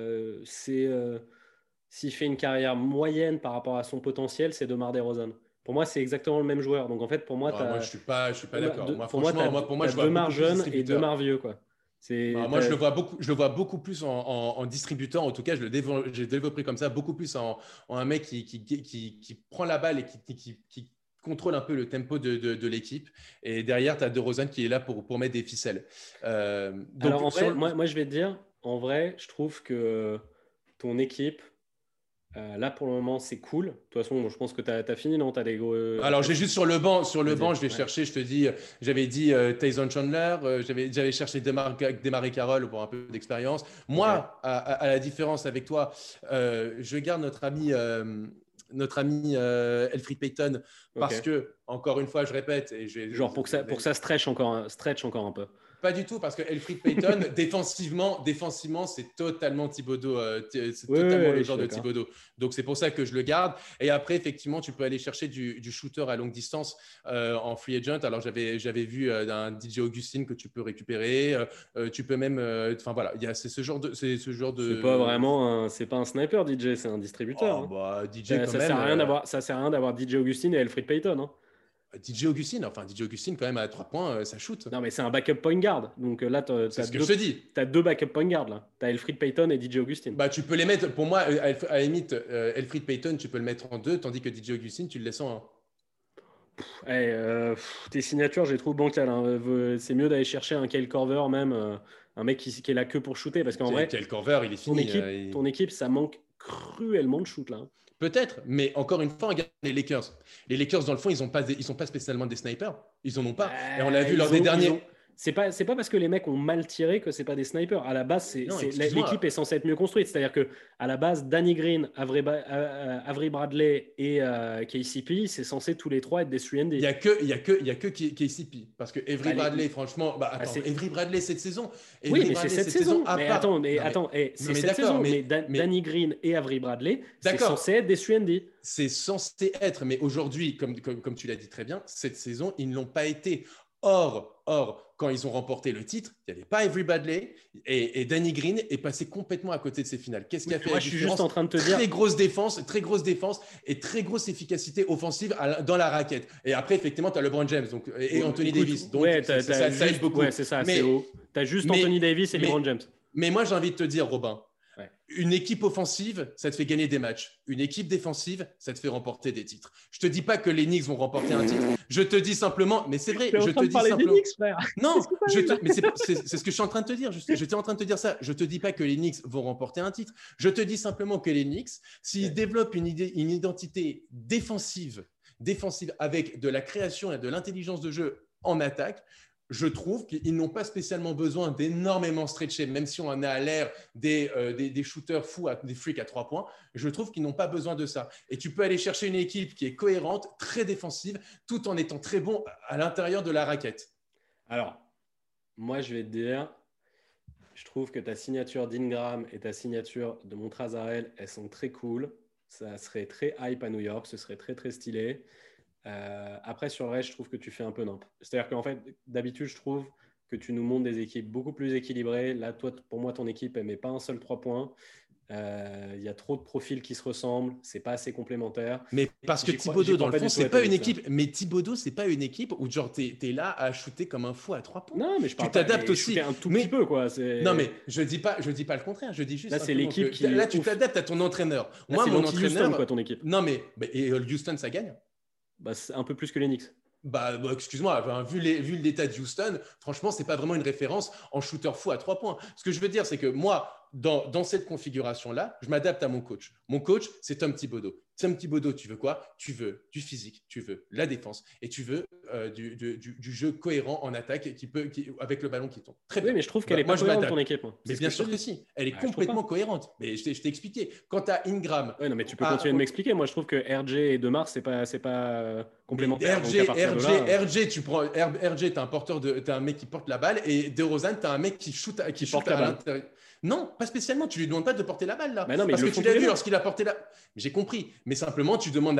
S'il fait une carrière moyenne par rapport à son potentiel, c'est DeMar DeRozan. Pour moi, c'est exactement le même joueur. Donc en fait, pour moi, moi, je suis pas d'accord. Pour moi, je vois DeMar jeune et DeMar vieux, quoi. Moi, je le vois beaucoup plus en distributeur. En tout cas, je développé comme ça, beaucoup plus en un mec qui prend la balle et qui contrôle un peu le tempo de l'équipe. Et derrière, tu as DeRozan qui est là pour mettre des ficelles. Donc, alors, en vrai, moi, je vais te dire, en vrai, je trouve que ton équipe, là, pour le moment, c'est cool. De toute façon, je pense que tu as fini, non? T'as des gros, alors, j'ai juste sur le banc, je vais chercher, je te dis, j'avais dit Tyson Chandler, j'avais cherché Demary Carroll pour un peu d'expérience. Moi, à la différence avec toi, je garde notre ami Elfrid Payton parce que, encore une fois, je répète. Genre pour que ça stretch encore un peu. Pas du tout, parce que Elfrid Payton, défensivement, c'est totalement Thibodeau. C'est totalement le genre de Thibodeau. Donc, c'est pour ça que je le garde. Et après, effectivement, tu peux aller chercher du shooter à longue distance en free agent. Alors, j'avais vu un DJ Augustine que tu peux récupérer. Tu peux même… voilà, c'est ce genre de… C'est pas vraiment c'est pas un sniper, DJ, c'est un distributeur. DJ ça sert à rien d'avoir DJ Augustine et Elfrid Payton. Hein. DJ Augustine, quand même, à 3 points, ça shoot. Non, mais c'est un backup point guard. Donc là, c'est ce que je te dis. Tu as 2 backup point guard. Là. Tu as Elfrid Payton et DJ Augustine. Tu peux les mettre, pour moi, à la limite, Elfrid Payton, tu peux le mettre en 2, tandis que DJ Augustine, tu le laisses en 1. Tes signatures, j'ai trouvé bancal. Hein. C'est mieux d'aller chercher un Kyle Korver, même un mec qui est là que pour shooter. Parce qu'en vrai, Kyle Korver, il est fini. Ton équipe, ça manque cruellement de shoot là. Hein. Peut-être, mais encore une fois, regarde les Lakers. Les Lakers, dans le fond, ils sont pas spécialement des snipers. Ils en ont pas. Et on l'a vu lors des derniers. C'est pas parce que les mecs ont mal tiré que c'est pas des snipers. À la base, l'équipe est censée être mieux construite. C'est-à-dire que à la base, Danny Green, Avery Bradley et KCP, c'est censé tous les 3 être des 3&D. Il y a que KCP parce que Avery Bradley, franchement, Avery Bradley cette saison. Oui, mais c'est cette saison. C'est cette saison. Mais Danny Green et Avery Bradley, c'est censé être des 3&D. C'est censé être, mais aujourd'hui, comme tu l'as dit très bien, cette saison, ils ne l'ont pas été. Or, quand ils ont remporté le titre, il n'y avait pas Avery Bradley et Danny Green est passé complètement à côté de ces finales. Qu'est-ce qui a fait la différence ? Je suis juste en train de te dire… Très grosse défense et très grosse efficacité offensive dans la raquette. Et après, effectivement, tu as LeBron James et Anthony Davis. Donc, ça aide beaucoup. Ouais, c'est ça, c'est haut. Tu as juste Anthony Davis et LeBron James. Mais moi, j'ai envie de te dire, Robin, une équipe offensive, ça te fait gagner des matchs. Une équipe défensive, ça te fait remporter des titres. Je te dis pas que les Knicks vont remporter un titre. Je te dis simplement, mais c'est vrai. Je te dis simplement. Des Knicks, frère. Non, mais c'est ce que je suis en train de te dire. J'étais en train de te dire ça. Je te dis pas que les Knicks vont remporter un titre. Je te dis simplement que les Knicks, s'ils développent une identité défensive avec de la création et de l'intelligence de jeu en attaque, je trouve qu'ils n'ont pas spécialement besoin d'énormément stretcher, même si on en est à l'ère des shooters fous, des freaks à 3 points. Je trouve qu'ils n'ont pas besoin de ça. Et tu peux aller chercher une équipe qui est cohérente, très défensive, tout en étant très bon à l'intérieur de la raquette. Alors, moi, je vais te dire, je trouve que ta signature d'Ingram et ta signature de Montrezl, elles sont très cool. Ça serait très hype à New York, ce serait très, très stylé. Après, sur le reste, je trouve que tu fais un peu nimp. C'est-à-dire qu'en fait, d'habitude, je trouve que tu nous montres des équipes beaucoup plus équilibrées. Là, toi, pour moi, ton équipe, elle met pas un seul 3 points. Il y a trop de profils qui se ressemblent. C'est pas assez complémentaire. Mais parce que Thibodeau, dans le fond, c'est pas une équipe. Mais Thibodeau, c'est pas une équipe où genre t'es là à shooter comme un fou à 3 points. Non, mais je parle tu t'adaptes aussi un tout petit peu, quoi. Non, mais je dis pas le contraire. Je dis juste là, c'est l'équipe qui. Là, tu t'adaptes à ton entraîneur. Là, moi, mon entraîneur, quoi, ton équipe. Non, mais et Houston, ça gagne. Bah, c'est un peu plus que les Knicks. Excuse-moi, vu l'état de Houston, franchement, c'est pas vraiment une référence en shooter fou à 3 points. Ce que je veux dire, c'est que moi, dans cette configuration-là, je m'adapte à mon coach. Mon coach, c'est Tom Thibodeau. Tom Thibodeau, tu veux quoi? Tu veux du physique, tu veux la défense et tu veux du jeu cohérent en attaque avec le ballon qui tombe. Très bien. Oui, mais je trouve qu'elle est pas cohérente, ton équipe. Mais bien sûr que si. Elle est complètement cohérente. Mais je t'ai expliqué. Quand tu as Ingram… Oui, non, mais tu peux continuer de m'expliquer. Moi, je trouve que RJ et DeMar, c'est pas complémentaire. RJ, tu prends RJ, t'as un mec qui porte la balle et DeRozan, t'as un mec qui shoot à l'intérieur. Non, pas spécialement. Tu lui demandes pas de porter la balle là. Non, parce que tu l'as vu lorsqu'il a porté la… J'ai compris. Mais simplement, tu demandes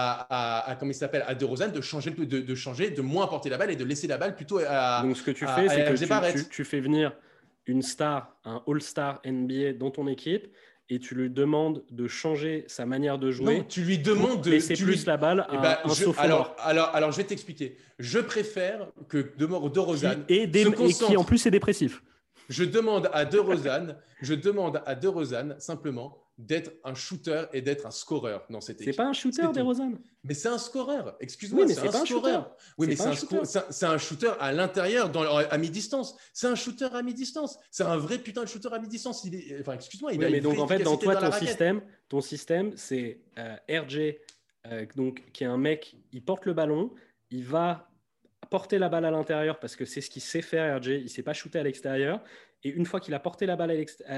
à comment il s'appelle, à DeRozan de changer, de moins porter la balle et de laisser la balle plutôt à… Donc, ce que tu fais, c'est que tu fais venir une star, un All-Star NBA dans ton équipe et tu lui demandes de changer sa manière de jouer. Non, tu lui demandes de laisser plus la balle à un sophomore. Alors, je vais t'expliquer. Je préfère que DeRozan qui en plus est dépressif. Je demande à DeRozan simplement d'être un shooter et d'être un scoreur dans cette équipe. C'est pas un shooter, DeRozan. Mais c'est un scoreur. Excuse-moi, oui, mais c'est un scoreur. Oui, mais c'est un shooter à l'intérieur, à mi-distance. C'est un shooter à mi-distance. C'est un vrai putain de shooter à mi-distance. Excuse-moi, il a mais une donc en fait, dans toi, ton système, c'est RJ, donc qui est un mec, il porte le ballon, il va porter la balle à l'intérieur parce que c'est ce qu'il sait faire, RJ. Il ne sait pas shooter à l'extérieur. Et une fois qu'il a porté la balle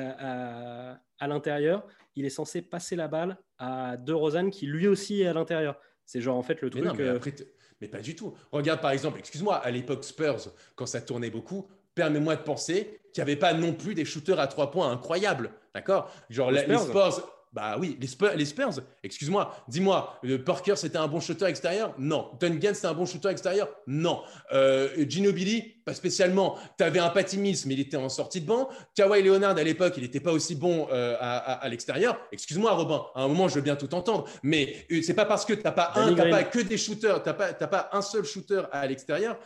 à l'intérieur, il est censé passer la balle à DeRozan qui lui aussi est à l'intérieur. C'est genre en fait le truc… Mais pas du tout. Regarde par exemple, excuse-moi, à l'époque Spurs, quand ça tournait beaucoup, permets-moi de penser qu'il n'y avait pas non plus des shooters à 3 points incroyables. D'accord? Genre les Spurs… Bah oui, les Spurs, excuse-moi, dis-moi, Parker, c'était un bon shooter extérieur? Non. Duncan, c'était un bon shooter extérieur? Non. Ginobili, pas spécialement. Tu avais un Patty Mills, mais il était en sortie de banc. Kawhi Leonard, à l'époque, il n'était pas aussi bon à l'extérieur. Excuse-moi, Robin, à un moment, je veux bien tout entendre, mais c'est pas parce que tu n'as pas que des shooters, tu n'as pas un seul shooter à l'extérieur.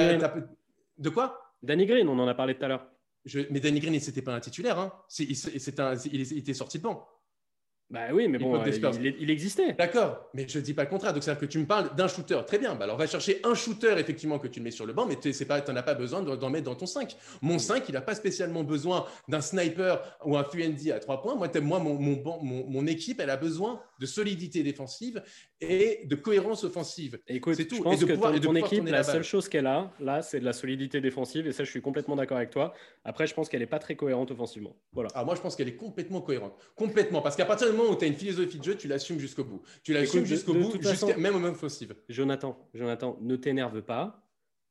De quoi? Danny Green, on en a parlé tout à l'heure. Mais Danny Green, c'était pas un titulaire. Hein. Il était sorti de banc. Bah oui, mais bon, il existait. D'accord, mais je ne dis pas le contraire. Donc, c'est-à-dire que tu me parles d'un shooter. Très bien. Bah, alors, va chercher un shooter, effectivement, que tu le mets sur le banc, mais tu n'en as pas besoin d'en mettre dans ton 5. Mon 5, il n'a pas spécialement besoin d'un sniper ou un 3&D à 3 points. Moi, mon équipe, elle a besoin de solidité défensive et de cohérence offensive. Écoute, c'est tout. Je pense que ton équipe, la seule chose qu'elle a, là, c'est de la solidité défensive. Et ça, je suis complètement d'accord avec toi. Après, je pense qu'elle n'est pas très cohérente offensivement. Voilà. Moi, je pense qu'elle est complètement cohérente. Complètement. Parce qu'à partir du moment où tu as une philosophie de jeu, tu l'assumes jusqu'au bout. Tu l'assumes jusqu'au bout, même au même offensive. Jonathan, ne t'énerve pas.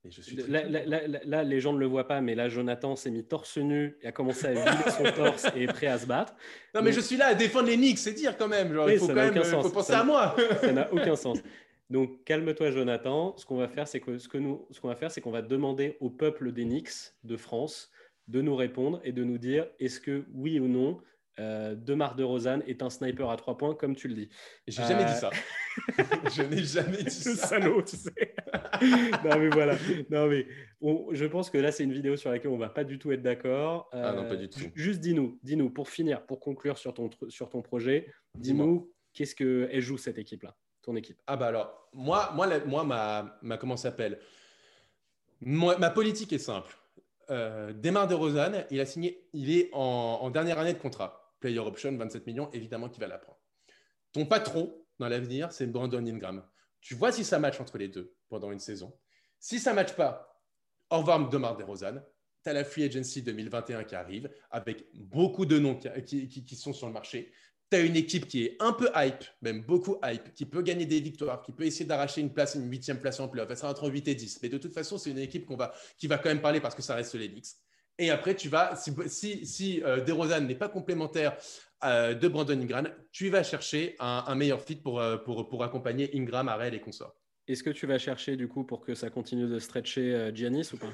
Là, les gens ne le voient pas, mais là, Jonathan s'est mis torse nu et a commencé à vider son torse et est prêt à se battre. Non, mais je suis là à défendre les Knicks, c'est dire quand même. Genre, il faut penser à moi. Ça n'a aucun sens. Donc, calme-toi, Jonathan. Ce qu'on va faire, c'est qu'on va demander au peuple des Knicks de France de nous répondre et de nous dire est-ce que oui ou non DeMar DeRozan est un sniper à 3 points, comme tu le dis. J'ai jamais dit ça. Je n'ai jamais dit ça. Le salaud, tu sais. Non, mais voilà. Non, mais je pense que là, c'est une vidéo sur laquelle on ne va pas du tout être d'accord. Non, pas du tout. Juste dis-nous, pour finir, pour conclure sur ton projet, dis-nous, qu'est-ce qu'elle joue, cette équipe-là, ton équipe? Alors, moi comment ça s'appelle? Ma politique est simple. DeMar DeRozan, il est en dernière année de contrat. Player option, 27 millions, évidemment qu'il va la prendre. Ton patron, dans l'avenir, c'est Brandon Ingram. Tu vois si ça match entre les deux pendant une saison. Si ça ne match pas, au revoir DeMar DeRozan. Tu as la Free Agency 2021 qui arrive avec beaucoup de noms qui sont sur le marché. Tu as une équipe qui est un peu hype, même beaucoup hype, qui peut gagner des victoires, qui peut essayer d'arracher une 8e place en playoff. Elle sera entre 8 et 10. Mais de toute façon, c'est une équipe qui va quand même parler parce que ça reste les Knicks. Et après, tu vas, si DeRozan n'est pas complémentaire de Brandon Ingram, tu vas chercher un meilleur fit pour accompagner Ingram, Harrell et consorts. Est-ce que tu vas chercher du coup pour que ça continue de stretcher Giannis ou pas?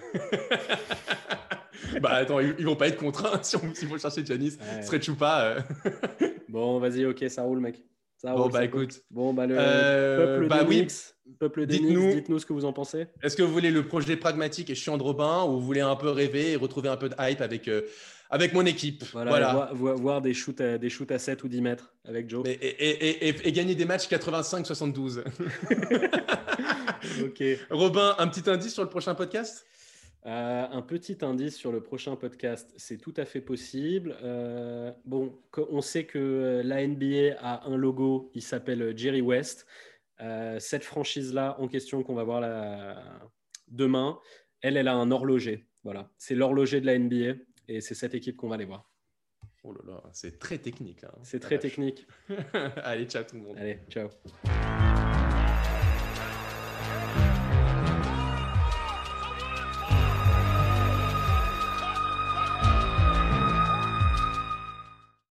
Bah attends, ils vont pas être contraints s'ils vont chercher Giannis, stretch ou pas. Bon, vas-y, ok, ça roule, mec. Ça bon, roule, bah écoute. Bon, bah le peuple des Knicks, peuple des Knicks, dites-nous ce que vous en pensez. Est-ce que vous voulez le projet pragmatique et chiant de Robin ou vous voulez un peu rêver et retrouver un peu de hype avec mon équipe? Voilà. Voir des shoots à 7 ou 10 mètres avec Joe. Et gagner des matchs 85-72. Ok. Robin, un petit indice sur le prochain podcast? Un petit indice sur le prochain podcast, c'est tout à fait possible. On sait que la NBA a un logo, il s'appelle Jerry West. Cette franchise-là en question qu'on va voir demain, elle a un horloger. Voilà, c'est l'horloger de la NBA et c'est cette équipe qu'on va aller voir. Oh là là, c'est très technique. Hein. C'est très technique. Allez, ciao tout le monde. Allez, ciao.